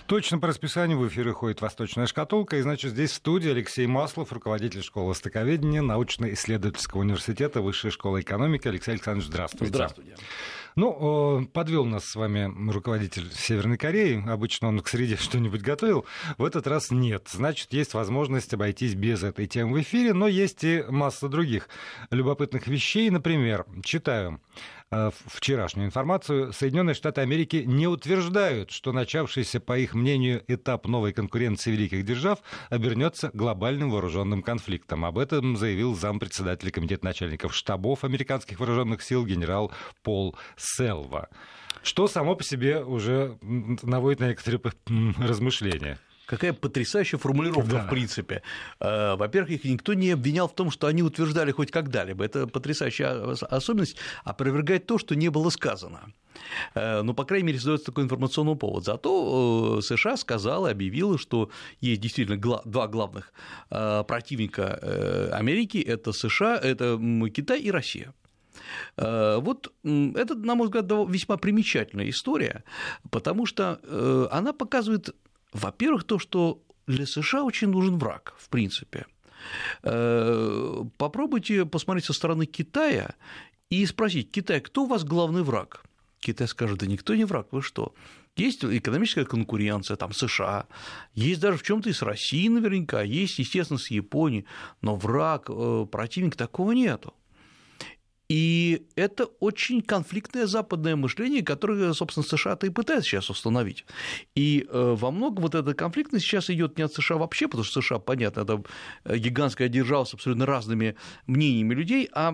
Точно по расписанию в эфире ходит «Восточная шкатулка», и, значит, здесь в студии Алексей Маслов, руководитель школы востоковедения научно-исследовательского университета Высшей школы экономики. Алексей Александрович, здравствуйте. Здравствуйте. Подвел нас с вами руководитель Северной Кореи. Обычно он к среде что-нибудь готовил. В этот раз нет. Значит, есть возможность обойтись без этой темы в эфире, но есть и масса других любопытных вещей. Например, читаю вчерашнюю информацию. Соединенные Штаты Америки не утверждают, что начавшийся, по их мнению, этап новой конкуренции великих держав обернется глобальным вооруженным конфликтом. Об этом заявил зампредседателя комитета начальников штабов американских вооруженных сил генерал Пол Селва, что само по себе уже наводит на некоторые размышления. Какая потрясающая формулировка, да. В принципе. Во-первых, их никто не обвинял в том, что они утверждали хоть когда-либо. Это потрясающая особенность, опровергает то, что не было сказано. Ну, по крайней мере, создается такой информационный повод. Зато США сказала, объявила, что есть действительно два главных противника Америки – это США, это Китай и Россия. Вот это, на мой взгляд, весьма примечательная история, потому что она показывает, во-первых, то, что для США очень нужен враг, в принципе. Попробуйте посмотреть со стороны Китая и спросить: Китай, кто у вас главный враг? Китай скажет: да никто не враг, вы что? Есть экономическая конкуренция, там США, есть даже в чем-то и с Россией наверняка, есть, естественно, с Японией, но враг, противник, такого нету. И это очень конфликтное западное мышление, которое, собственно, США-то и пытается сейчас установить. И во многом вот эта конфликтность сейчас идет не от США вообще, потому что США, понятно, это гигантская держава с абсолютно разными мнениями людей, а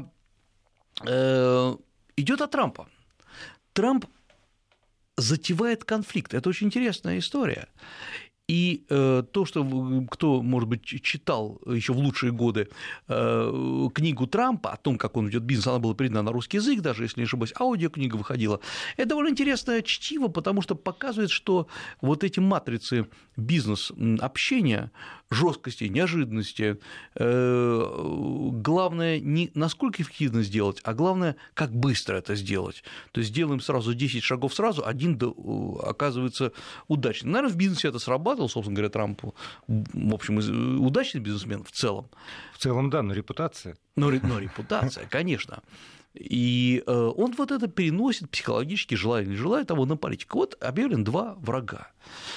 идет от Трампа. Трамп затевает конфликт. Это очень интересная история. И то, что кто, может быть, читал еще в лучшие годы книгу Трампа о том, как он ведет бизнес, она была передана на русский язык, даже если не ошибаюсь, аудиокнига выходила. Это довольно интересное чтиво, потому что показывает, что вот эти матрицы бизнес-общения, жесткости, неожиданности, главное не насколько эффективно сделать, а главное, как быстро это сделать. То есть делаем сразу 10 шагов сразу, один оказывается удачным. Наверное, в бизнесе это сработало, собственно говоря, Трампу, в общем, удачный бизнесмен в целом. В целом, да, но репутация. Но репутация, конечно. И он вот это переносит психологически, желая или не желая того, на политику. Вот объявлен два врага.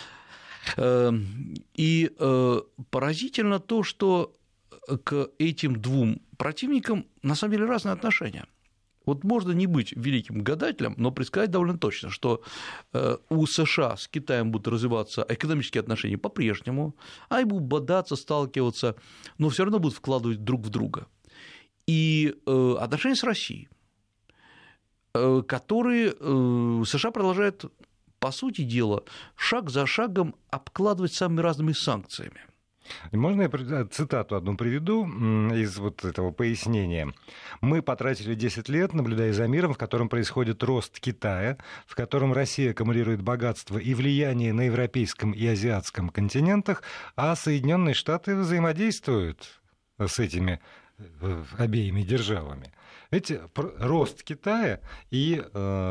И поразительно то, что к этим двум противникам на самом деле разные отношения. Вот можно не быть великим гадателем, но предсказать довольно точно, что у США с Китаем будут развиваться экономические отношения по-прежнему, они будут бодаться, сталкиваться, но все равно будут вкладывать друг в друга. И отношения с Россией, которые США продолжают, по сути дела, шаг за шагом обкладывать самыми разными санкциями. Можно я цитату одну приведу из вот этого пояснения? «Мы потратили 10 лет, наблюдая за миром, в котором происходит рост Китая, в котором Россия аккумулирует богатство и влияние на европейском и азиатском континентах, а Соединенные Штаты взаимодействуют с этими обеими державами». Видите, рост Китая и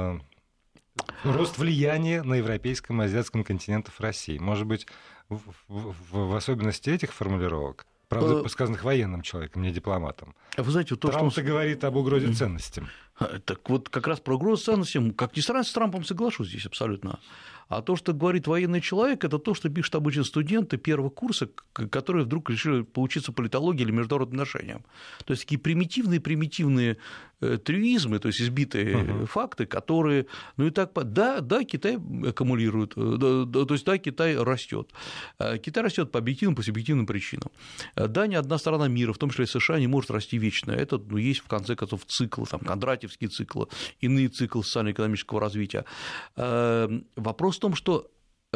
рост влияния на европейском и азиатском континентах России. Может быть, в особенности этих формулировок, правда, сказанных военным человеком, не дипломатом. Вы знаете, то, Трамп-то говорит об угрозе ценностям. Так вот, как раз про угрозу ценностям, как ни странно, с Трампом соглашусь здесь абсолютно. А то, что говорит военный человек, это то, что пишут обычно студенты первого курса, которые вдруг решили поучиться политологии или международным отношениям. То есть такие примитивные трюизмы, то есть избитые факты, которые, ну и так, да, Китай аккумулирует, то есть да, Китай растет. Китай растет по объективным, по субъективным причинам. Да, ни одна сторона мира, в том числе и США, не может расти вечно. Это есть, в конце концов, циклы, там, кондратьевские циклы, иные циклы социально-экономического развития. Вопрос в том, что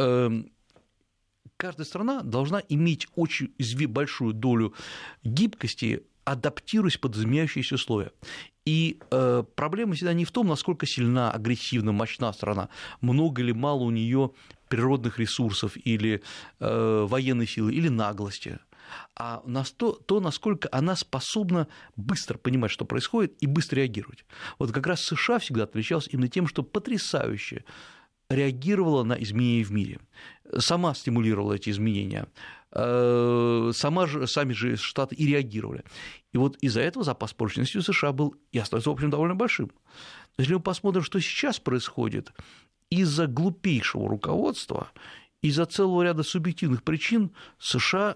каждая страна должна иметь очень большую долю гибкости, адаптируясь под изменяющиеся условия. И проблема всегда не в том, насколько сильна, агрессивна, мощна страна, много или мало у нее природных ресурсов или военной силы, или наглости, а то, насколько она способна быстро понимать, что происходит, и быстро реагировать. Вот как раз США всегда отличалась именно тем, что потрясающе реагировала на изменения в мире, сама стимулировала эти изменения, сами же Штаты и реагировали. И вот из-за этого запас прочности у США был и остается, в общем, довольно большим. Если мы посмотрим, что сейчас происходит, из-за глупейшего руководства, из-за целого ряда субъективных причин США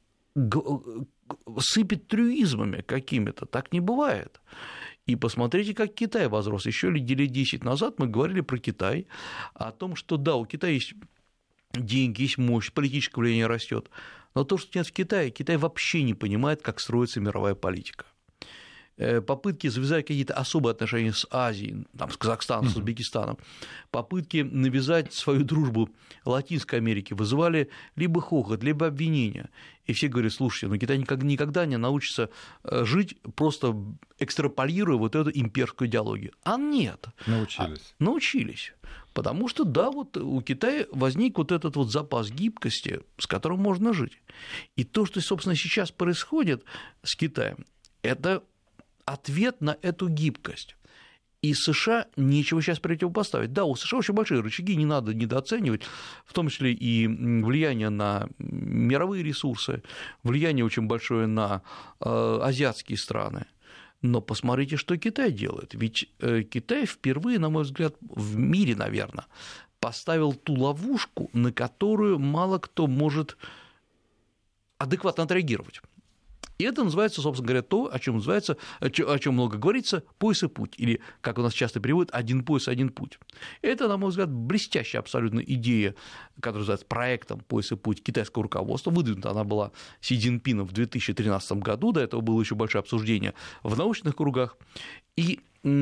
сыпет трюизмами какими-то, так не бывает. И посмотрите, как Китай возрос. Еще лет 10 назад мы говорили про Китай, о том, что да, у Китая есть деньги, есть мощь, политическое влияние растет. Но то, что нет в Китае, Китай вообще не понимает, как строится мировая политика. Попытки завязать какие-то особые отношения с Азией, там, с Казахстаном, с Узбекистаном, попытки навязать свою дружбу Латинской Америке вызывали либо хохот, либо обвинения. И все говорят: слушайте, ну Китай никогда не научится жить, просто экстраполируя вот эту имперскую идеологию. А нет. Научились. Потому что, да, вот у Китая возник вот этот вот запас гибкости, с которым можно жить. И то, что, собственно, сейчас происходит с Китаем, это ответ на эту гибкость. И США нечего сейчас противопоставить. Да, у США очень большие рычаги, не надо недооценивать, в том числе и влияние на мировые ресурсы, влияние очень большое на азиатские страны. Но посмотрите, что Китай делает. Ведь Китай впервые, на мой взгляд, в мире, наверное, поставил ту ловушку, на которую мало кто может адекватно отреагировать. И это называется, собственно говоря, то, о чем много говорится, пояс и путь, или, как у нас часто переводят, один пояс, один путь. Это, на мой взгляд, блестящая абсолютно идея, которая называется проектом «Пояс и путь» китайского руководства. Выдвинута она была Си Цзиньпином в 2013 году, до этого было еще большое обсуждение в научных кругах. И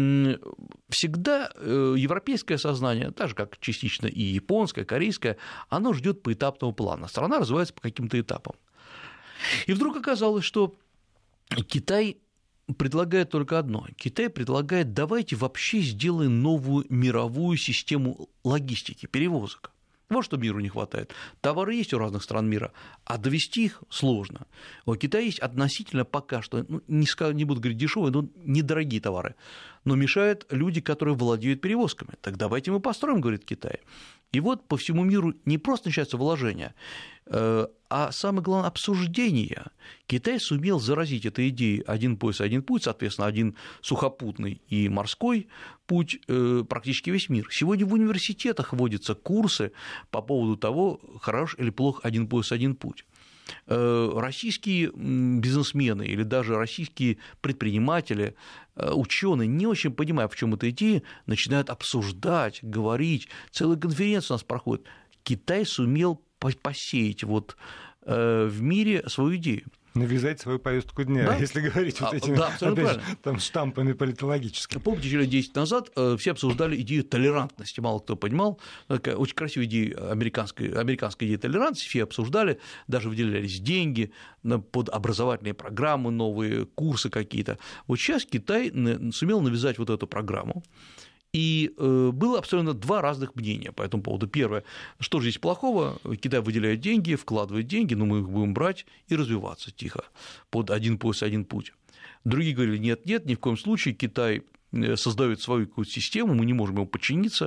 всегда европейское сознание, так же как частично и японское, корейское, оно ждет поэтапного плана. Страна развивается по каким-то этапам. И вдруг оказалось, что Китай предлагает только одно. Китай предлагает: давайте вообще сделаем новую мировую систему логистики, перевозок. Вот что миру не хватает. Товары есть у разных стран мира, а довести их сложно. У Китая есть относительно пока что, не буду говорить дешевые, но недорогие товары, но мешают люди, которые владеют перевозками. Так давайте мы построим, говорит Китай. И вот по всему миру не просто начинаются вложения, а самое главное – обсуждение. Китай сумел заразить этой идеей один пояс, один путь, соответственно, один сухопутный и морской путь, практически весь мир. Сегодня в университетах вводятся курсы по поводу того, хорош или плох один пояс, один путь. Российские бизнесмены или даже российские предприниматели, ученые, не очень понимая, в чем эта идея, начинают обсуждать, говорить. Целая конференция у нас проходит. Китай сумел посеять вот в мире свою идею. Навязать свою повестку дня, да? Если говорить вот этими там, штампами политологическими. Помните, еще лет 10 назад все обсуждали идею толерантности, мало кто понимал. Такая очень красивая идея, американская идея толерантности, все обсуждали, даже выделялись деньги под образовательные программы, новые курсы какие-то. Вот сейчас Китай сумел навязать вот эту программу. И было абсолютно два разных мнения по этому поводу. Первое, что же здесь плохого? Китай выделяет деньги, вкладывает деньги, но мы их будем брать и развиваться тихо под один пояс, один путь. Другие говорили: нет, ни в коем случае, Китай создает свою какую-то систему, мы не можем ему подчиниться,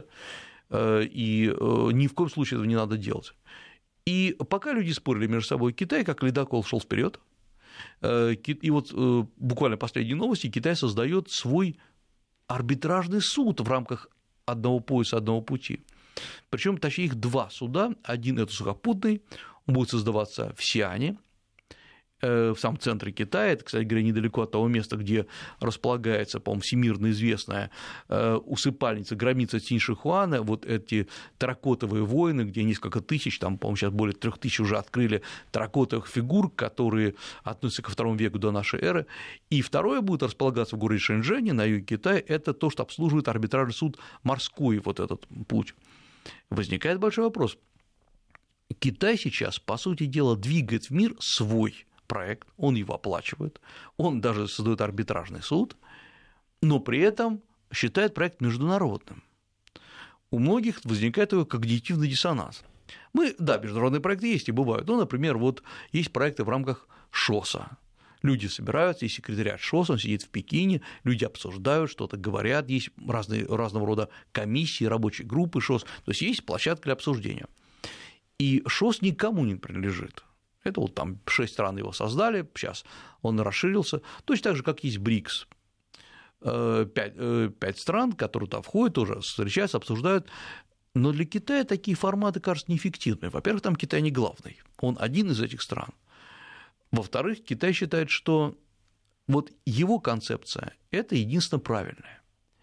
и ни в коем случае этого не надо делать. И пока люди спорили между собой, Китай, как ледокол, шел вперед. И вот буквально последние новости: Китай создает свой арбитражный суд в рамках одного пояса, одного пути. Причем, точнее, их два суда. Один – это сухопутный, он будет создаваться в Сиане, в самом центре Китая, это, кстати говоря, недалеко от того места, где располагается, по-моему, всемирно известная усыпальница, гробница Цинь-Шихуана, вот эти терракотовые войны, где несколько тысяч, там, по-моему, сейчас более 3000 уже открыли терракотовых фигур, которые относятся ко II веку до нашей эры. И второе будет располагаться в городе Шэньчжэне на юге Китая, это то, что обслуживает арбитражный суд морской, вот этот путь. Возникает большой вопрос. Китай сейчас, по сути дела, двигает в мир свой проект, он его оплачивает, он даже создает арбитражный суд, но при этом считает проект международным. У многих возникает такой когнитивный диссонанс. Да, международные проекты есть и бывают. Ну, например, вот есть проекты в рамках ШОСа. Люди собираются, и секретариат ШОС, он сидит в Пекине, люди обсуждают, что-то говорят, есть разного рода комиссии, рабочие группы ШОС, то есть есть площадка для обсуждения. И ШОС никому не принадлежит. Это вот там 6 стран его создали, сейчас он расширился, точно так же, как есть БРИКС. 5 стран, которые туда входят, тоже встречаются, обсуждают. Но для Китая такие форматы кажутся неэффективными. Во-первых, там Китай не главный, он один из этих стран. Во-вторых, Китай считает, что вот его концепция – это единственно правильная.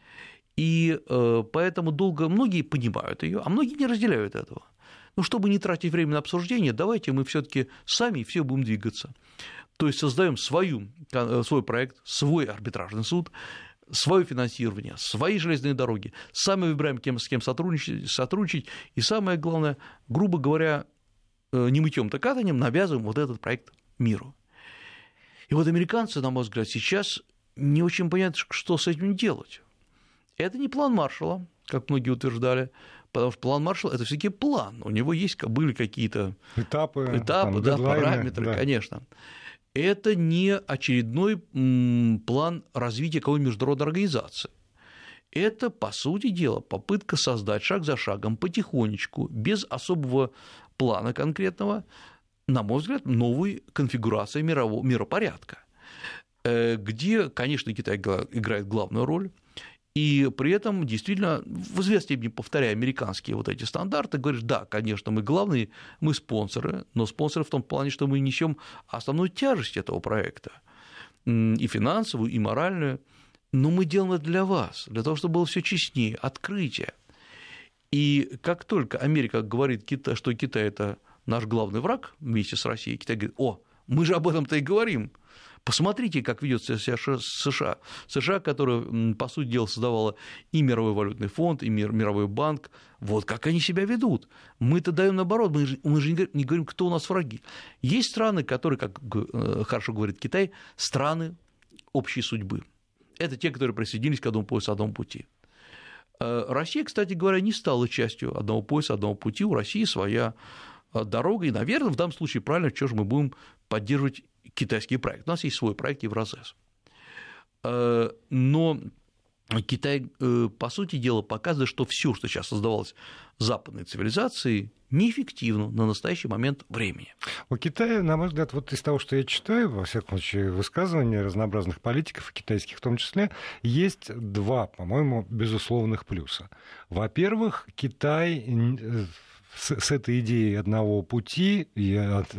И поэтому многие понимают ее, а многие не разделяют этого. Но чтобы не тратить время на обсуждение, давайте мы все-таки сами все будем двигаться. То есть создаем свой проект, свой арбитражный суд, свое финансирование, свои железные дороги, сами выбираем, с кем сотрудничать, и самое главное, грубо говоря, не мытьем-то катанием навязываем вот этот проект миру. И вот американцы, на мой взгляд, сейчас не очень понятно, что с этим делать. Это не план Маршалла, как многие утверждали, потому что план Маршалла – это все-таки план, у него были какие-то этапы там, да, параметры, да. Конечно. Это не очередной план развития какой-нибудь международной организации. Это, по сути дела, попытка создать шаг за шагом, потихонечку, без особого плана конкретного, на мой взгляд, новой конфигурации миропорядка, где, конечно, Китай играет главную роль, и при этом действительно в известной степени повторяя американские вот эти стандарты, говоришь, да, конечно, мы главные, мы спонсоры, но спонсоры в том плане, что мы несем основную тяжесть этого проекта, и финансовую, и моральную, но мы делаем это для вас, для того, чтобы было все честнее, открытие. И как только Америка говорит, что Китай – это наш главный враг вместе с Россией, Китай говорит, мы же об этом-то и говорим. Посмотрите, как ведет себя США. США, которая, по сути дела, создавала и Мировой валютный фонд, и Мировой банк. Вот как они себя ведут. Мы-то даем наоборот, мы же не говорим, кто у нас враги. Есть страны, которые, как хорошо говорит Китай, страны общей судьбы. Это те, которые присоединились к одному поясу, одному пути. Россия, кстати говоря, не стала частью одного пояса, одного пути. У России своя дорога, и, наверное, в данном случае правильно, что же мы будем поддерживать китайский проект. У нас есть свой проект Евразес. Но Китай, по сути дела, показывает, что все, что сейчас создавалось западной цивилизацией, неэффективно на настоящий момент времени. У Китая, на мой взгляд, вот из того, что я читаю, во всяком случае, высказывания разнообразных политиков, китайских в том числе, есть 2, по-моему, безусловных плюса. Во-первых, Китай с этой идеей одного пути и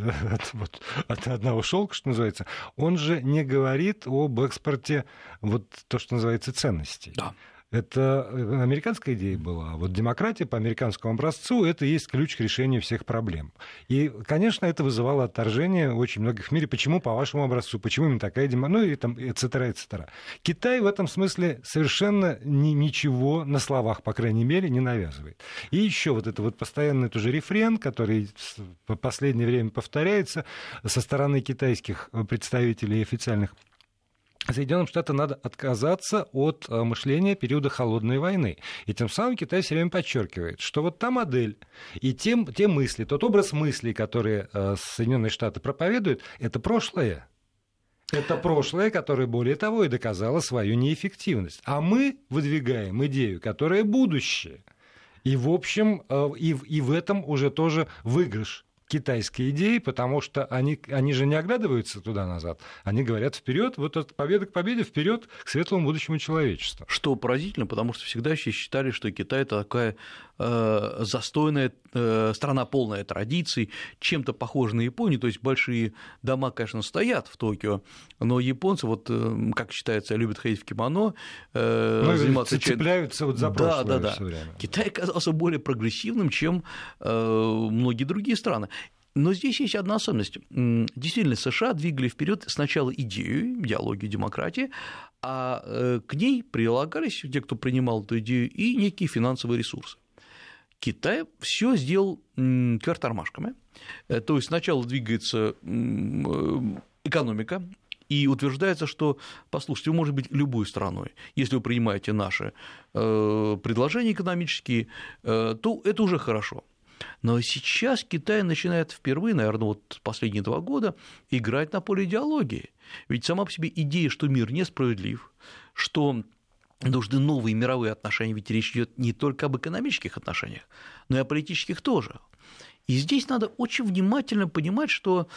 от одного шелка, что называется, он же не говорит об экспорте вот то, что называется, ценностей. Да. Это американская идея была. Вот демократия по американскому образцу – это и есть ключ к решению всех проблем. И, конечно, это вызывало отторжение очень многих в мире. Почему по вашему образцу? Почему именно такая демократия? Ну, и там, et cetera. Китай в этом смысле совершенно ничего на словах, по крайней мере, не навязывает. И еще вот это вот постоянный тоже рефрен, который в последнее время повторяется со стороны китайских представителей официальных. Соединенным Штатам надо отказаться от мышления периода Холодной войны. И тем самым Китай все время подчеркивает, что вот та модель и те мысли, тот образ мыслей, которые Соединенные Штаты проповедуют, это прошлое. Это прошлое, которое, более того, и доказало свою неэффективность. А мы выдвигаем идею, которая будущее. И, в общем, и в этом уже тоже выигрыш китайской идеи, потому что они же не оглядываются туда-назад, они говорят вперед, вот от победы к победе, вперед к светлому будущему человечества. Что поразительно, потому что всегда считали, что Китай – это такая застойная страна, полная традиций, чем-то похожа на Японию, то есть большие дома, конечно, стоят в Токио, но японцы, вот как считается, любят ходить в кимоно, заниматься цепляются вот за прошлое да. всё время. Китай оказался более прогрессивным, чем многие другие страны. Но здесь есть одна особенность. Действительно, США двигали вперед сначала идею, идеологию демократии, а к ней прилагались те, кто принимал эту идею, и некие финансовые ресурсы. Китай все сделал кверх тормашками, то есть сначала двигается экономика, и утверждается, что, послушайте, вы можете быть любой страной, если вы принимаете наши предложения экономические, то это уже хорошо. Но сейчас Китай начинает впервые, наверное, вот последние 2 года играть на поле идеологии. Ведь сама по себе идея, что мир несправедлив, что нужны новые мировые отношения, ведь речь идет не только об экономических отношениях, но и о политических тоже. И здесь надо очень внимательно понимать, что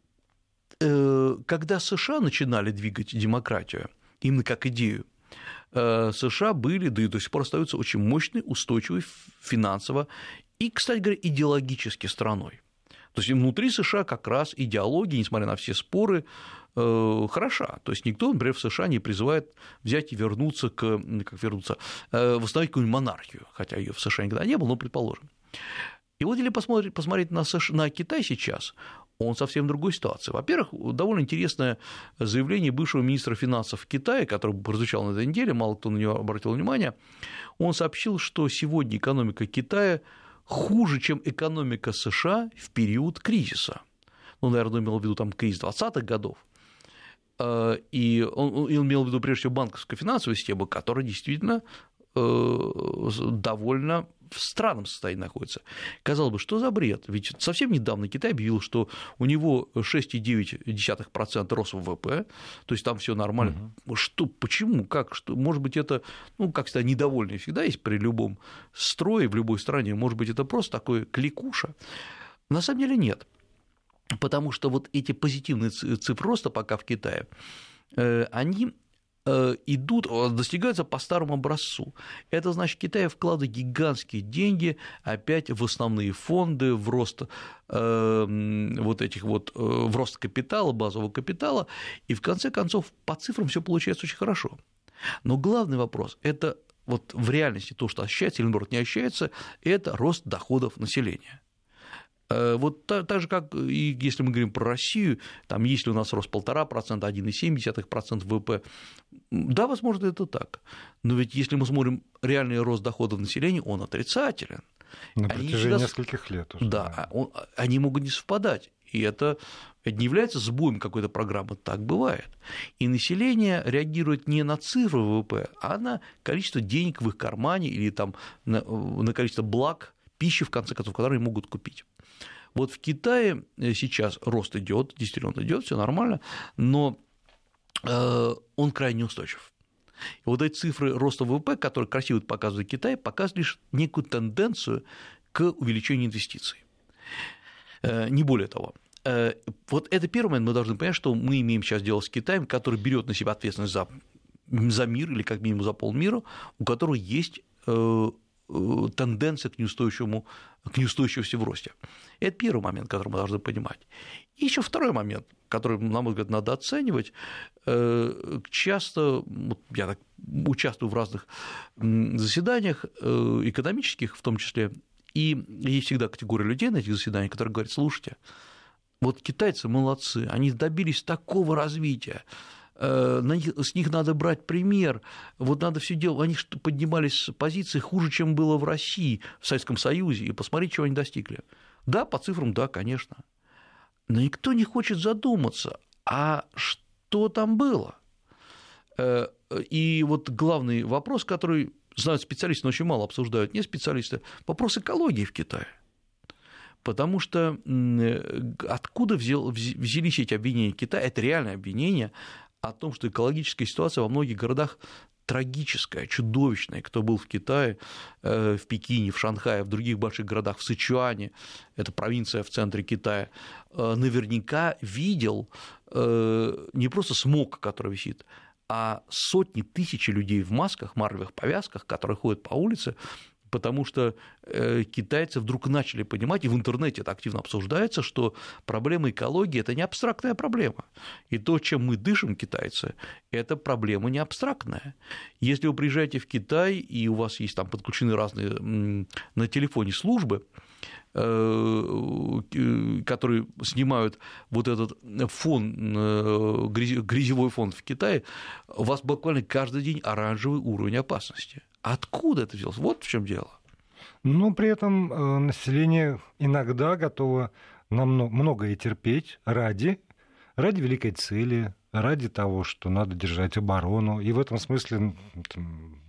когда США начинали двигать демократию, именно как идею, США были, да и до сих пор остаются очень мощной, устойчивой финансово и, кстати говоря, идеологически страной. То есть внутри США как раз идеология, несмотря на все споры, хороша. То есть никто, например, в США не призывает взять и вернуться восстановить какую-нибудь монархию, хотя ее в США никогда не было, но предположим. И вот если посмотреть на Китай сейчас, он совсем в другой ситуации. Во-первых, довольно интересное заявление бывшего министра финансов Китая, которое прозвучало на этой неделе, мало кто на него обратил внимание. Он сообщил, что сегодня экономика Китая хуже, чем экономика США в период кризиса. Ну, наверное, он имел в виду там кризис 20-х годов. И он имел в виду, прежде всего, банковскую финансовую систему, которая действительно довольно в странном состоянии находится. Казалось бы, что за бред? Ведь совсем недавно Китай объявил, что у него 6,9% рост ВВП, то есть там все нормально. Что, почему, как, что? Может быть, это, как всегда, недовольные всегда есть при любом строе, в любой стране, может быть, это просто такое кликуша. На самом деле нет, потому что вот эти позитивные цифры роста пока в Китае, они достигаются по старому образцу. Это значит, Китай вкладывает гигантские деньги опять в основные фонды, в рост в рост капитала, базового капитала, и в конце концов по цифрам все получается очень хорошо. Но главный вопрос – это вот в реальности то, что ощущается или, наоборот, не ощущается, это рост доходов населения. Вот так же, как и если мы говорим про Россию, там есть ли у нас рост 1,5%, 1,7% ВВП, да, возможно, это так, но ведь если мы смотрим реальный рост доходов населения, он отрицателен. На протяжении нескольких лет уже. Да, они могут не совпадать, и это не является сбоем какой-то программы, так бывает. И население реагирует не на цифры ВВП, а на количество денег в их кармане или там на количество благ, пищи, в конце концов, которые они могут купить. Вот в Китае сейчас рост идет, действительно он идет, все нормально, но он крайне устойчив. И вот эти цифры роста ВВП, которые красиво показывает Китай, показывают лишь некую тенденцию к увеличению инвестиций. Не более того. Вот это первый момент, мы должны понять, что мы имеем сейчас дело с Китаем, который берет на себя ответственность за мир или как минимум за полмира, у которого есть тенденция к неустойчивости в росте. Это первый момент, который мы должны понимать. И еще второй момент, который, на мой взгляд, надо оценивать. Часто, я так участвую в разных заседаниях, экономических в том числе, и есть всегда категория людей на этих заседаниях, которые говорят: слушайте, вот китайцы молодцы, они добились такого развития, с них надо брать пример, вот надо все делать, они поднимались с позиции хуже, чем было в России, в Советском Союзе, и посмотреть, чего они достигли. Да, по цифрам, да, конечно, но никто не хочет задуматься, а что там было. И вот главный вопрос, который знают специалисты, но очень мало обсуждают не специалисты, вопрос экологии в Китае. Потому что откуда взялись эти обвинения Китая, это реальное обвинение о том, что экологическая ситуация во многих городах трагическая, чудовищная. Кто был в Китае, в Пекине, в Шанхае, в других больших городах, в Сычуане, это провинция в центре Китая, наверняка видел не просто смог, который висит, а сотни тысяч людей в масках, марлевых повязках, которые ходят по улице, потому что китайцы вдруг начали понимать, и в интернете это активно обсуждается, что проблема экологии – это не абстрактная проблема. И то, чем мы дышим, китайцы, это проблема не абстрактная. Если вы приезжаете в Китай, и у вас есть там подключены разные на телефоне службы, которые снимают вот этот фон, грязевой фон в Китае, у вас буквально каждый день оранжевый уровень опасности. Откуда это взялось? Вот в чем дело. Но при этом население иногда готово многое терпеть ради великой цели, ради того, что надо держать оборону. И в этом смысле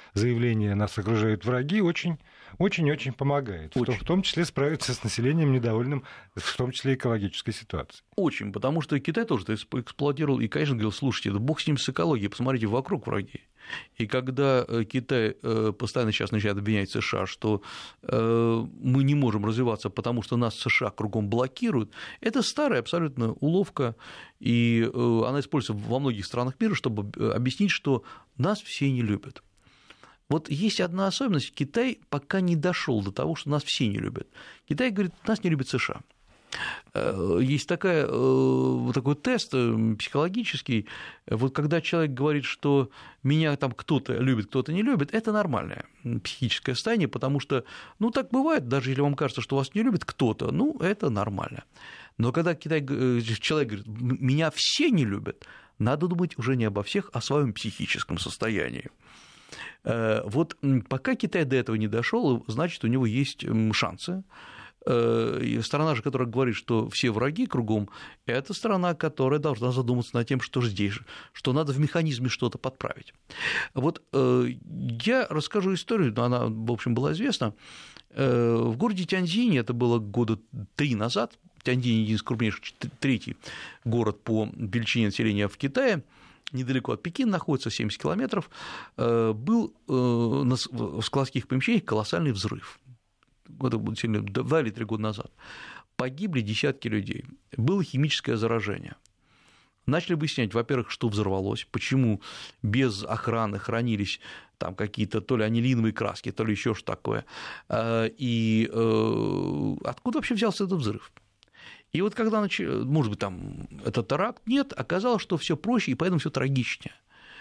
заявление «нас окружают враги» очень-очень помогает. В том числе справиться с населением недовольным, в том числе экологической ситуацией. Очень, потому что Китай тоже это эксплуатировал и, конечно, говорил, слушайте, да бог с ним с экологией, посмотрите, вокруг враги. И когда Китай постоянно сейчас начинает обвинять США, что мы не можем развиваться, потому что нас США кругом блокируют, это старая абсолютно уловка, и она используется во многих странах мира, чтобы объяснить, что нас все не любят. Вот есть одна особенность, Китай пока не дошел до того, что нас все не любят. Китай говорит, нас не любит США. Есть такой тест психологический, вот когда человек говорит, что меня там кто-то любит, кто-то не любит, это нормальное психическое состояние, потому что, так бывает, даже если вам кажется, что вас не любит кто-то, это нормально. Но когда человек говорит, меня все не любят, надо думать уже не обо всех, а о своем психическом состоянии. Вот пока Китай до этого не дошел, значит, у него есть шансы. И страна же, которая говорит, что все враги кругом, это страна, которая должна задуматься над тем, что здесь, что надо в механизме что-то подправить. Вот я расскажу историю, но она, в общем, была известна. В городе Тяньцзинь, это было года 3 назад, Тяньцзинь – один из крупнейших, 3-й город по величине населения в Китае, недалеко от Пекина находится, 70 километров, был в складских помещениях колоссальный взрыв. Это было 2 или 3 года назад. Погибли десятки людей. Было химическое заражение. Начали выяснять, во-первых, что взорвалось, почему без охраны хранились там какие-то то ли анилиновые краски, то ли еще что такое, и откуда вообще взялся этот взрыв. И вот когда, может быть, там это теракт, нет, оказалось, что все проще, и поэтому все трагичнее.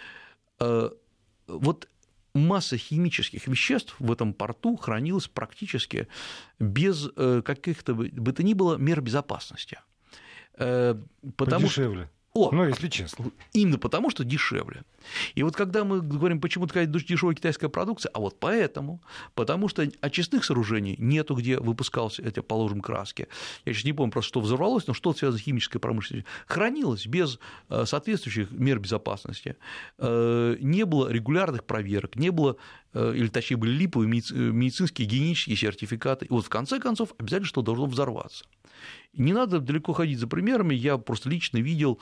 Вот масса химических веществ в этом порту хранилась практически без каких-то бы то ни было мер безопасности. Подешевле. Если честно. Именно потому, что дешевле. И вот когда мы говорим, почему такая дешевая китайская продукция, а вот потому что очистных сооружений нету, где выпускалась, положим, краски. Я сейчас не помню просто, что взорвалось, но что связано с химической промышленностью. Хранилось без соответствующих мер безопасности. Не было регулярных проверок, не было, или точнее были липовые медицинские, гигиенические сертификаты. И вот в конце концов обязательно что должно взорваться. Не надо далеко ходить за примерами, я просто лично видел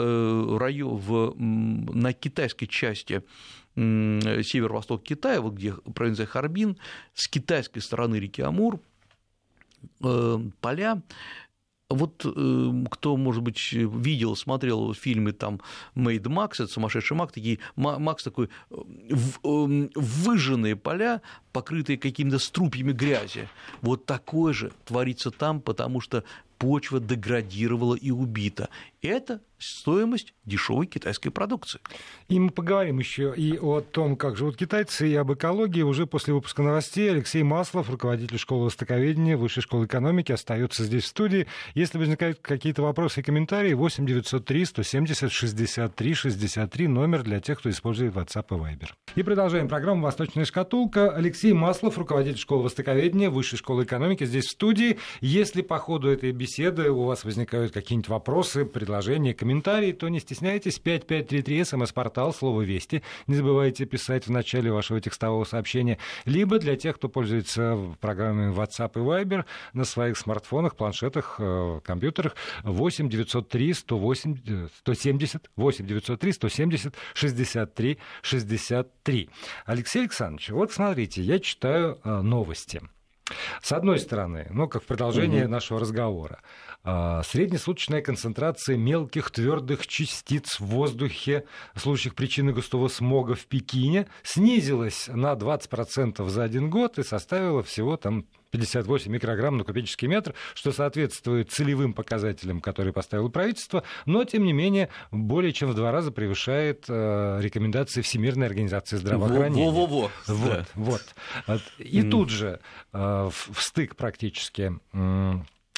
на китайской части северо-восток Китая, вот где провинция Харбин, с китайской стороны реки Амур, поля. Вот кто, может быть, видел, смотрел фильмы там «Мэйд Макс», это «Сумасшедший Макс», такие, Макс такой, выжженные поля, покрытые какими-то струпьями грязи. Вот такое же творится там, потому что почва деградировала и убита. Это стоимость дешевой китайской продукции. И мы поговорим еще и о том, как живут китайцы, и об экологии. Уже после выпуска новостей Алексей Маслов, руководитель школы востоковедения Высшей школы экономики, остается здесь в студии. Если возникают какие-то вопросы и комментарии, 8 903 170 63 63, номер для тех, кто использует WhatsApp и Viber. И продолжаем программу «Восточная шкатулка». Алексей Маслов, руководитель школы востоковедения Высшей школы экономики, здесь в студии. Если по ходу этой беседы у вас возникают какие-нибудь вопросы, предложения, комментарии, то не стесняйтесь. 5533, СМС-портал, слово «Вести». Не забывайте писать в начале вашего текстового сообщения. Либо для тех, кто пользуется программами WhatsApp и Viber на своих смартфонах, планшетах, компьютерах, 8 903 170 8 903 170 63 63. Алексей Александрович, вот смотрите, я читаю новости. С одной стороны, как в продолжение нашего разговора, среднесуточная концентрация мелких твердых частиц в воздухе в случаях причины густого смога в Пекине снизилась на 20% за один год и составила всего там 58 микрограмм на кубический метр, что соответствует целевым показателям, которые поставило правительство, но, тем не менее, более чем в 2 раза превышает рекомендации Всемирной организации здравоохранения. Вот. И тут же встык практически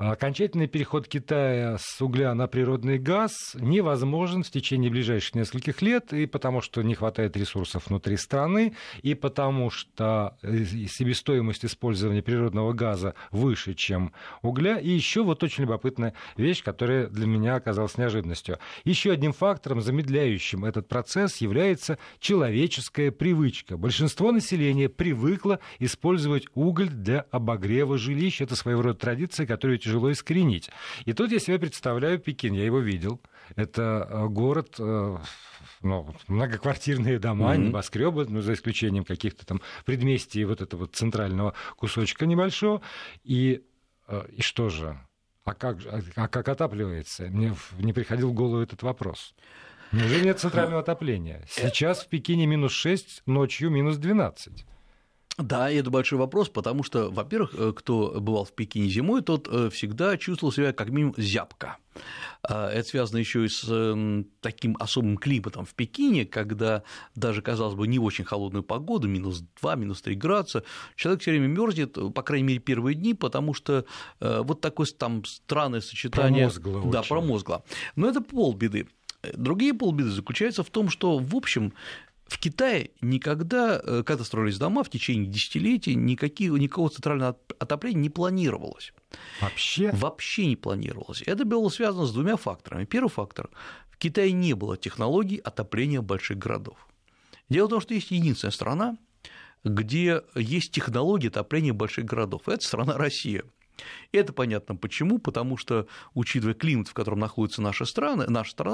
Окончательный переход Китая с угля на природный газ невозможен в течение ближайших нескольких лет, и потому что не хватает ресурсов внутри страны, и потому что себестоимость использования природного газа выше, чем угля. И еще вот очень любопытная вещь, которая для меня оказалась неожиданностью. Еще одним фактором, замедляющим этот процесс, является человеческая привычка. Большинство населения привыкло использовать уголь для обогрева жилищ. Это своего рода традиция, которую тяжело искоренить. И тут я себе представляю Пекин, я его видел. Это город, многоквартирные дома, небоскребы, за исключением каких-то там предместий вот этого центрального кусочка небольшого. И что же? А как отапливается? Мне не приходил в голову этот вопрос. Неужели нет центрального отопления? Сейчас в Пекине -6, ночью -12. Да, и это большой вопрос, потому что, во-первых, кто бывал в Пекине зимой, тот всегда чувствовал себя как минимум зябко. Это связано еще и с таким особым климатом в Пекине, когда даже, казалось бы, не очень холодную погоду, -2, -3 градуса, человек все время мерзнет, по крайней мере, первые дни, потому что вот такое там странное сочетание. Промозгло. Да, промозгло. Но это полбеды. Другие полбеды заключаются в том, что, в общем, в Китае никогда, когда строились дома, в течение десятилетий никакого центрального отопления не планировалось. Вообще? Вообще не планировалось. Это было связано с двумя факторами. Первый фактор – в Китае не было технологий отопления больших городов. Дело в том, что есть единственная страна, где есть технологии отопления больших городов. Это страна Россия. И это понятно почему, потому что, учитывая климат, в котором находится наша страна,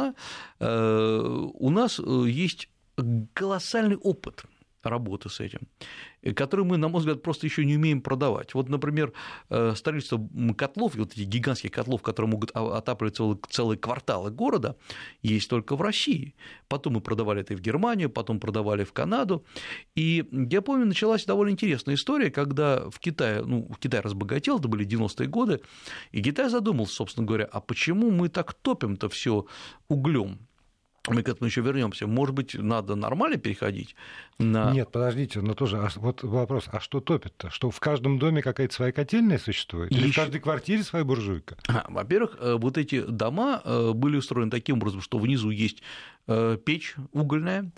у нас есть колоссальный опыт работы с этим, который мы, на мой взгляд, просто еще не умеем продавать. Вот, например, строительство котлов, вот этих гигантских котлов, которые могут отапливать целые кварталы города, есть только в России. Потом мы продавали это и в Германию, потом продавали в Канаду. И я помню, началась довольно интересная история, когда в Китае разбогател, это были 90-е годы, и Китай задумался, собственно говоря, а почему мы так топим-то все углем? Мы к этому еще вернемся. Может быть, надо нормально переходить на... Нет, подождите, но тоже вот вопрос, а что топит-то? Что в каждом доме какая-то своя котельная существует? Или в каждой квартире своя буржуйка? Во-первых, вот эти дома были устроены таким образом, что внизу есть печь угольная,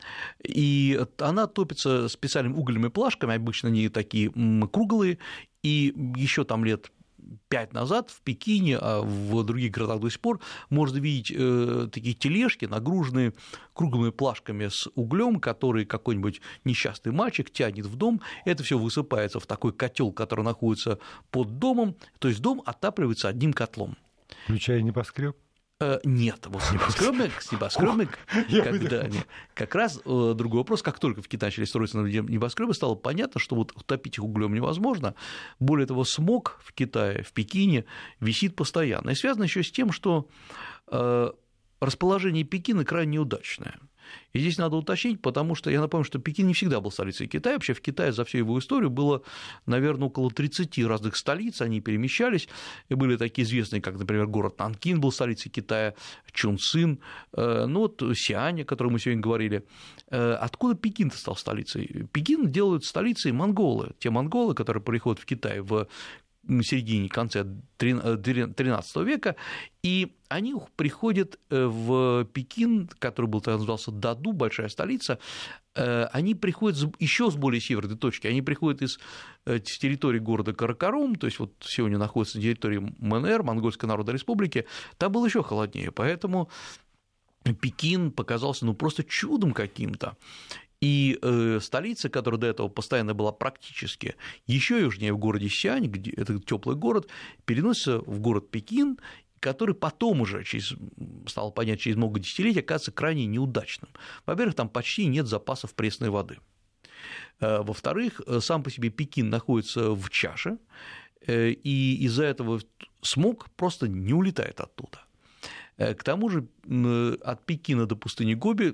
и она топится специальными угольными плашками, обычно они такие круглые, и еще там лет 5 назад в Пекине, а в других городах до сих пор можно видеть такие тележки, нагруженные круглыми плашками с углем, который какой-нибудь несчастный мальчик тянет в дом. Это все высыпается в такой котел, который находится под домом, то есть дом отапливается одним котлом. Включая небоскреб? Нет, вот с небоскребами, когда как раз другой вопрос, как только в Китае начали строиться небоскребы, стало понятно, что вот утопить их углем невозможно. Более того, смог в Китае, в Пекине висит постоянно. И связано еще с тем, что расположение Пекина крайне неудачное. И здесь надо уточнить, потому что я напомню, что Пекин не всегда был столицей Китая. Вообще в Китае за всю его историю было, наверное, около 30 разных столиц, они перемещались, и были такие известные, как, например, город Нанкин был столицей Китая, Чунцин, Сиань, о котором мы сегодня говорили. Откуда Пекин-то стал столицей? Пекин делают столицей монголы, те монголы, которые приходят в Китай в середине, конце XIII века, и они приходят в Пекин, который был тогда назывался Даду, большая столица, они приходят еще с более северной точки, они приходят с территории города Каракарум, то есть вот сегодня находится на территории МНР, Монгольской Народной Республики, там было еще холоднее, поэтому Пекин показался просто чудом каким-то. И столица, которая до этого постоянно была практически еще южнее, в городе Сиань, где это теплый город, переносится в город Пекин, который потом уже, стало понятно, через много десятилетий, оказывается крайне неудачным. Во-первых, там почти нет запасов пресной воды. Во-вторых, сам по себе Пекин находится в чаше, и из-за этого смог просто не улетает оттуда. К тому же от Пекина до пустыни Гоби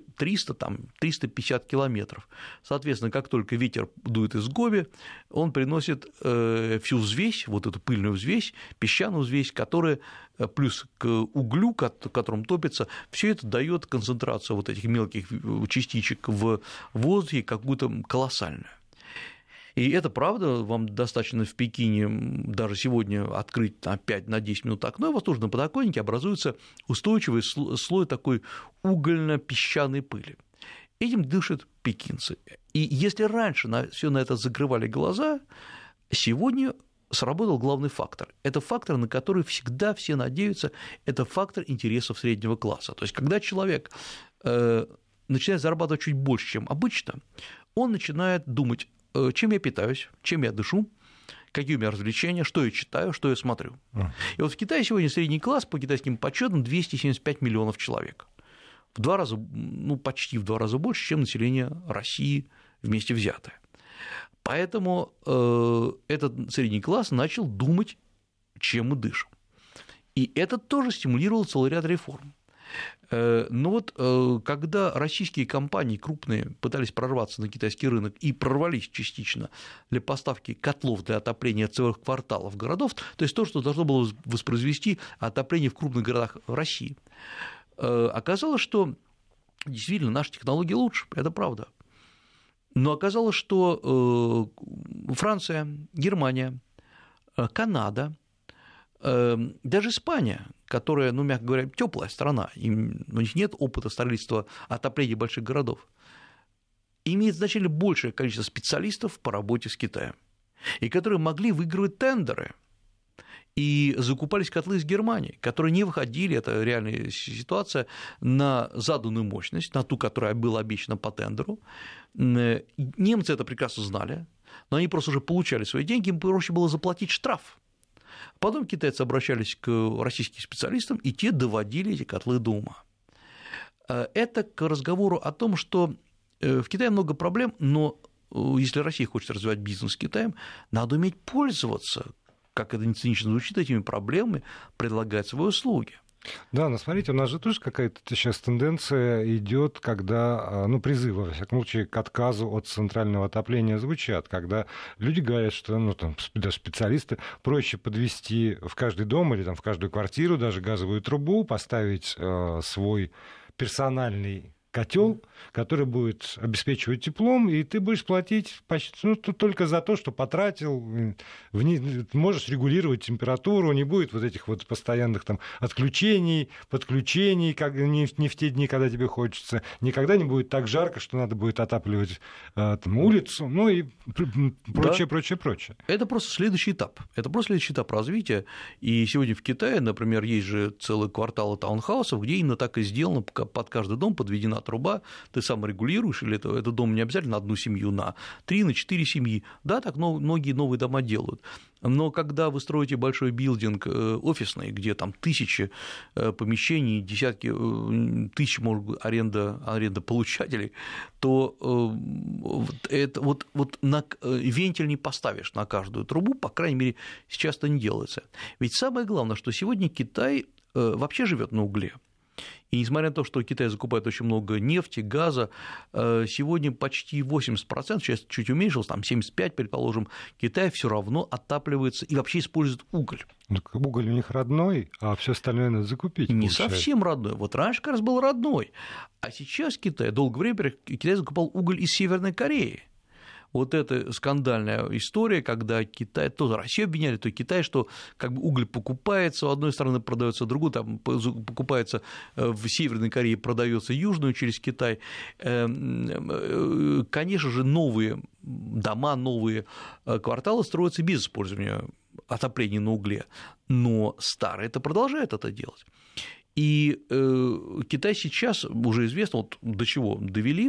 300-350 километров. Соответственно, как только ветер дует из Гоби, он приносит всю взвесь, вот эту пыльную взвесь, песчаную взвесь, которая плюс к углю, которым топится, все это дает концентрацию вот этих мелких частичек в воздухе какую-то колоссальную. И это правда, вам достаточно в Пекине даже сегодня открыть на 5-10 минут окно, и у вас тоже на подоконнике образуется устойчивый слой такой угольно-песчаной пыли. Этим дышат пекинцы. И если раньше все на это закрывали глаза, сегодня сработал главный фактор. Это фактор, на который всегда все надеются, это фактор интересов среднего класса. То есть, когда человек начинает зарабатывать чуть больше, чем обычно, он начинает думать, чем я питаюсь, чем я дышу, какие у меня развлечения, что я читаю, что я смотрю. И вот в Китае сегодня средний класс, по китайским подсчетам, 275 миллионов человек. В 2 раза, почти в 2 раза больше, чем население России вместе взятое. Поэтому этот средний класс начал думать, чем мы дышим. И это тоже стимулировало целый ряд реформ. Но вот когда российские компании крупные пытались прорваться на китайский рынок и прорвались частично для поставки котлов для отопления целых кварталов городов, то есть то, что должно было воспроизвести отопление в крупных городах России, оказалось, что действительно наши технологии лучше, это правда. Но оказалось, что Франция, Германия, Канада, даже Испания, которая, мягко говоря, теплая страна, у них нет опыта строительства отопления больших городов, имеет значительно большее количество специалистов по работе с Китаем, и которые могли выигрывать тендеры и закупались котлы из Германии, которые не выходили, это реальная ситуация, на заданную мощность, на ту, которая была обещана по тендеру. Немцы это прекрасно знали, но они просто уже получали свои деньги, им проще было заплатить штраф. Потом китайцы обращались к российским специалистам, и те доводили эти котлы до ума. Это к разговору о том, что в Китае много проблем, но если Россия хочет развивать бизнес с Китаем, надо уметь пользоваться, как это не цинично звучит, этими проблемами, предлагать свои услуги. Да, но смотрите, у нас же тоже какая-то сейчас тенденция идет, когда, призывы, во всяком случае, к отказу от центрального отопления звучат, когда люди говорят, что, даже специалисты, проще подвести в каждый дом или в каждую квартиру даже газовую трубу, поставить свой персональный котел, который будет обеспечивать теплом, и ты будешь платить почти, только за то, что потратил, можешь регулировать температуру, не будет вот этих вот постоянных отключений, подключений, не в те дни, когда тебе хочется, никогда не будет так жарко, что надо будет отапливать улицу, и прочее, да. прочее. Это просто следующий этап. Это просто следующий этап развития. И сегодня в Китае, например, есть же целые кварталы таунхаусов, где именно так и сделано, под каждый дом подведена труба, ты сам регулируешь, или это дом не обязательно на одну семью, на 3, на 4 семьи. Да, так многие новые дома делают. Но когда вы строите большой билдинг офисный, где там тысячи помещений, десятки тысяч, может быть, аренда получателей, то вентиль не поставишь на каждую трубу, по крайней мере, сейчас это не делается. Ведь самое главное, что сегодня Китай вообще живет на угле. И несмотря на то, что Китай закупает очень много нефти, газа, сегодня почти 80%, сейчас чуть уменьшилось, 75%, предположим, Китай все равно отапливается и вообще использует уголь. Уголь у них родной, а все остальное надо закупить. Не совсем родной. Вот раньше как раз был родной, а сейчас Китай, долгое время Китай закупал уголь из Северной Кореи. Вот это скандальная история, когда Китай, то Россию обвиняли, то Китай, что уголь покупается, с одной стороны продается, с другой покупается в Северной Корее, продается южную через Китай. Конечно же, новые дома, новые кварталы строятся без использования отопления на угле, но старые это продолжают это делать. И Китай сейчас, уже известно, до чего довели,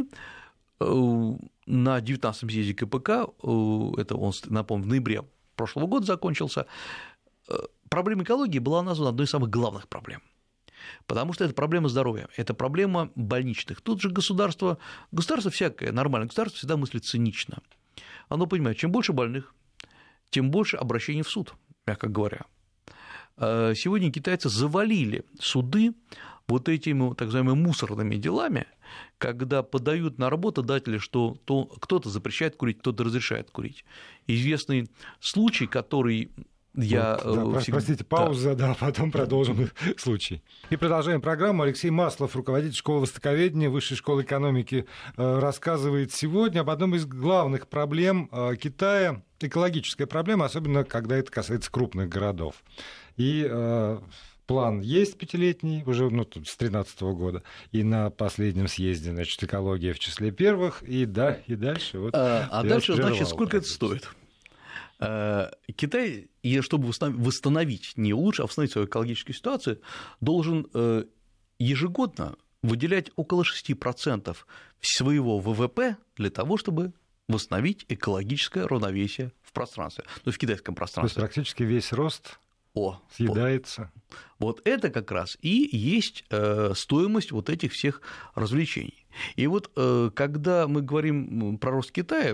на 19-м съезде КПК, это он, напомню, в ноябре прошлого года закончился, проблема экологии была названа одной из самых главных проблем, потому что это проблема здоровья, это проблема больничных. Тут же государство всякое, нормальное государство всегда мыслит цинично. Оно понимает, чем больше больных, тем больше обращений в суд, мягко говоря. Сегодня китайцы завалили суды вот этими так называемыми мусорными делами, когда подают на работодателя, что кто-то запрещает курить, кто-то разрешает курить. Известный случай, который Простите, пауза, да, потом продолжим случай. И продолжаем программу. Алексей Маслов, руководитель школы востоковедения Высшей школы экономики, рассказывает сегодня об одном из главных проблем Китая, экологическая проблема, особенно когда это касается крупных городов. И план есть пятилетний, уже с 2013 года, и на последнем съезде, значит, экология в числе первых, и дальше... Вот, дальше, значит, сколько это стоит? Китай, чтобы восстановить, не улучшить, а восстановить свою экологическую ситуацию, должен ежегодно выделять около 6% своего ВВП для того, чтобы восстановить экологическое равновесие в пространстве, то есть в китайском пространстве. То есть практически весь рост съедается. Вот это как раз и есть стоимость вот этих всех развлечений. И вот когда мы говорим про рост Китая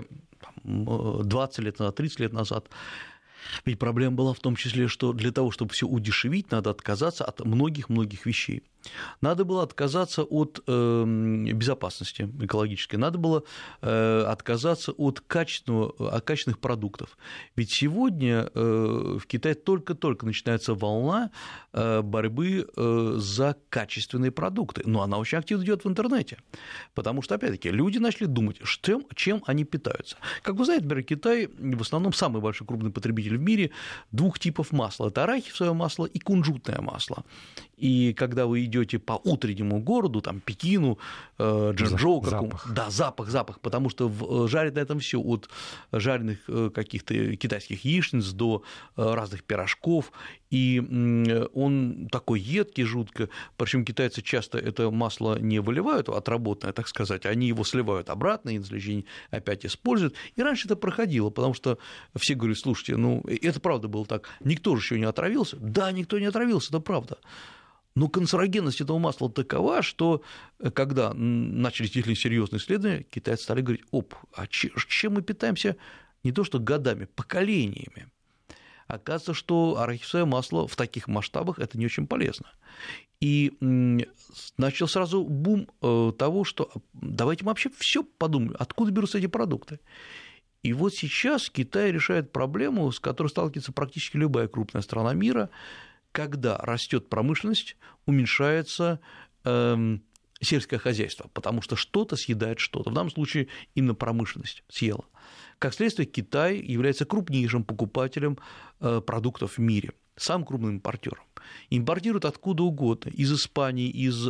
20 лет назад, 30 лет назад, ведь проблема была в том числе, что для того, чтобы все удешевить, надо отказаться от многих-многих вещей. Надо было отказаться от безопасности экологической, надо было отказаться от качественных продуктов. Ведь сегодня в Китае только-только начинается волна борьбы за качественные продукты, но она очень активно идет в интернете, потому что, опять-таки, люди начали думать, чем они питаются. Как вы знаете, например, Китай в основном самый большой крупный потребитель в мире двух типов масла – это арахисовое масло и кунжутное масло. И когда вы идете по утреннему городу, там, Пекину, Чжэнчжоу, запах, потому что жарят на этом все, от жареных каких-то китайских яичниц до разных пирожков, и он такой едкий жутко, причем китайцы часто это масло не выливают отработанное, так сказать, они его сливают обратно и на следующий день опять используют, и раньше это проходило, потому что все говорят, слушайте, это правда было так, никто же еще не отравился, да, никто не отравился, это правда. Но канцерогенность этого масла такова, что когда начались действительно серьезные исследования, китайцы стали говорить, а чем мы питаемся не то что годами, поколениями. Оказывается, что арахисовое масло в таких масштабах – это не очень полезно. И начал сразу бум того, что давайте мы вообще все подумаем, откуда берутся эти продукты. И вот сейчас Китай решает проблему, с которой сталкивается практически любая крупная страна мира. Когда растет промышленность, уменьшается сельское хозяйство, потому что что-то съедает что-то. В данном случае именно промышленность съела. Как следствие, Китай является крупнейшим покупателем продуктов в мире, самым крупным импортером. Импортируют откуда угодно, из Испании, из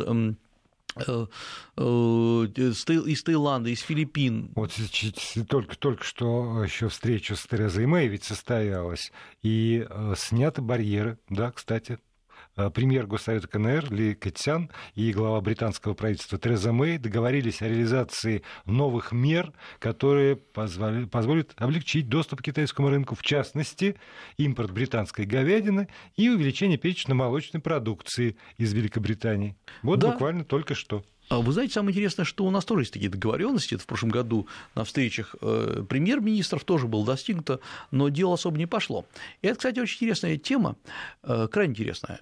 Таиланда, из Филиппин. Вот только что еще встреча с Терезой Мэй ведь состоялась, и сняты барьеры, да, кстати. Премьер Госсовета КНР Ли Кэцян и глава британского правительства Тереза Мэй договорились о реализации новых мер, которые позволят облегчить доступ к китайскому рынку, в частности, импорт британской говядины и увеличение перечня молочной продукции из Великобритании. Вот да. Буквально только что. Вы знаете, самое интересное, что у нас тоже есть такие договоренности. Это в прошлом году на встречах премьер-министров тоже было достигнуто, но дело особо не пошло. И это, кстати, очень интересная тема, крайне интересная,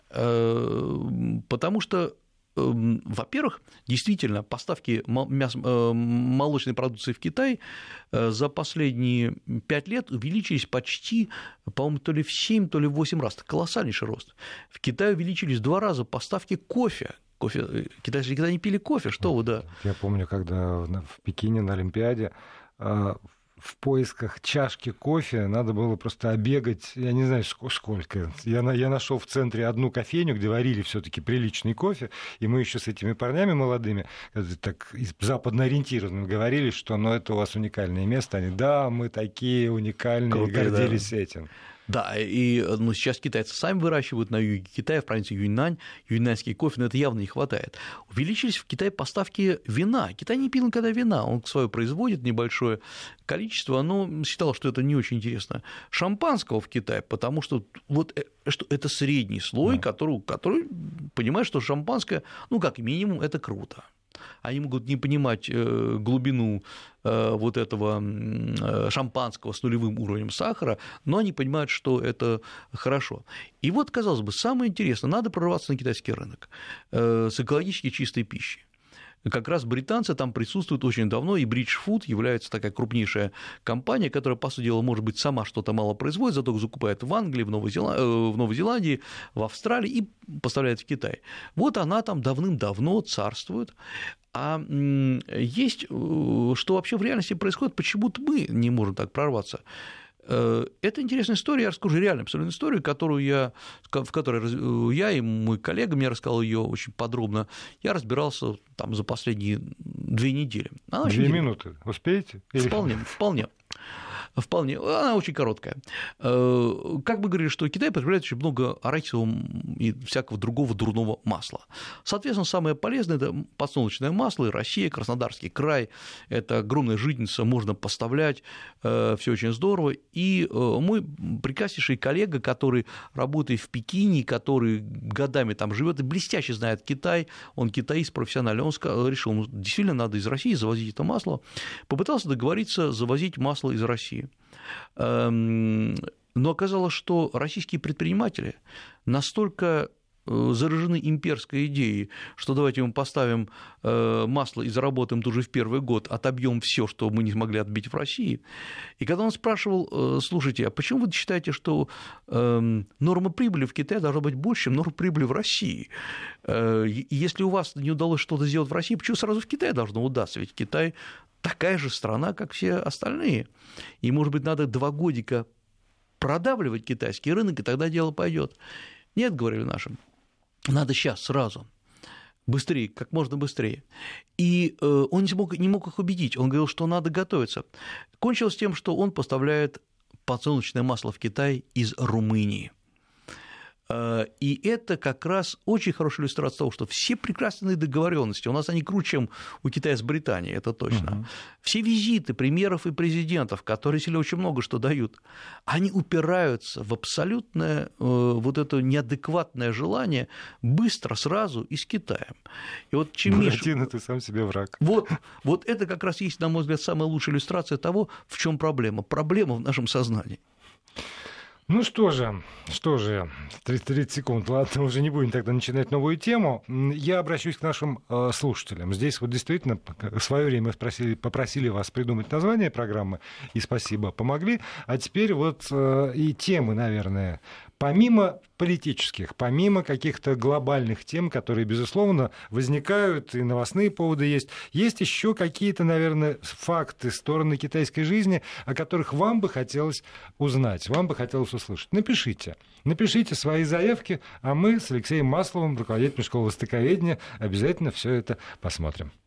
потому что, во-первых, действительно, поставки молочной продукции в Китай за последние 5 лет увеличились почти, по-моему, то ли в 7, то ли в 8 раз. Это колоссальнейший рост. В Китае увеличились в 2 раза поставки кофе. Китайцы никогда не пили кофе, что вы, да. Я помню, когда в Пекине на Олимпиаде в поисках чашки кофе надо было просто обегать, я не знаю, сколько. Я нашел в центре одну кофейню, где варили все-таки приличный кофе, и мы еще с этими парнями молодыми, так западно ориентированными, говорили, что это у вас уникальное место. Они, да, мы такие уникальные, крутые, гордились этим. Да, и сейчас китайцы сами выращивают на юге Китая, в провинции Юньнань, юньнаньский кофе, но это явно не хватает. Увеличились в Китае поставки вина. Китай не пил никогда вина, он свое производит небольшое количество, но считал, что это не очень интересно. Шампанского в Китае, потому что что это средний слой, который понимает, что шампанское, как минимум, это круто. Они могут не понимать глубину вот этого шампанского с нулевым уровнем сахара, но они понимают, что это хорошо. И вот, казалось бы, самое интересное, надо прорваться на китайский рынок с экологически чистой пищей. как раз британцы там присутствуют очень давно, и British Food является такая крупнейшая компания, которая, по сути дела, может быть, сама что-то мало производит, зато закупает в Англии, в Новой Зеландии, в Австралии и поставляет в Китай. Вот она там давным-давно царствует. А есть, что вообще в реальности происходит, почему-то мы не можем так прорваться. Это интересная история, я расскажу реальную абсолютно историю, в которой я и мой коллега мне рассказал ее очень подробно. Я разбирался там за последние 2 недели. 2 минуты успеете? Вполне. Она очень короткая. Как бы говорили, что Китай потребляет очень много арахисового и всякого другого дурного масла. Соответственно, самое полезное – это подсолнечное масло, и Россия, Краснодарский край – это огромная житница, можно поставлять, все очень здорово. И мой прекраснейший коллега, который работает в Пекине, который годами там живет и блестяще знает Китай, он китаист профессиональный, он решил, действительно надо из России завозить это масло, попытался договориться завозить масло из России. Но оказалось, что российские предприниматели настолько заражены имперской идеей, что давайте мы поставим масло и заработаем тут же в первый год, отобьем все, что мы не смогли отбить в России. И когда он спрашивал, слушайте, а почему вы считаете, что норма прибыли в Китае должна быть больше, чем норма прибыли в России? Если у вас не удалось что-то сделать в России, почему сразу в Китае должно удастся? Ведь Китай такая же страна, как все остальные. И, может быть, надо 2 годика продавливать китайский рынок, и тогда дело пойдет. Нет, говорили нашим, надо сейчас, сразу, быстрее, как можно быстрее. И он не мог их убедить, он говорил, что надо готовиться. Кончилось тем, что он поставляет подсолнечное масло в Китай из Румынии. И это как раз очень хорошая иллюстрация того, что все прекрасные договоренности, у нас они круче, чем у Китая с Британией, это точно. Все визиты премьеров и президентов, которые себе очень много что дают, они упираются в абсолютное вот это неадекватное желание быстро, сразу и с Китаем. И вот чем Буратино, ты сам себе враг. Вот это как раз есть, на мой взгляд, самая лучшая иллюстрация того, в чем проблема. Проблема в нашем сознании. Ну что же, 30 секунд, ладно, уже не будем тогда начинать новую тему. Я обращусь к нашим слушателям. Здесь вот действительно в свое время попросили вас придумать название программы, и спасибо, помогли. А теперь вот и темы, наверное, помимо политических, помимо каких-то глобальных тем, которые, безусловно, возникают, и новостные поводы есть еще какие-то, наверное, факты, стороны китайской жизни, о которых вам бы хотелось узнать, вам бы хотелось услышать. Напишите свои заявки, а мы с Алексеем Масловым, руководителем школы востоковедения, обязательно все это посмотрим.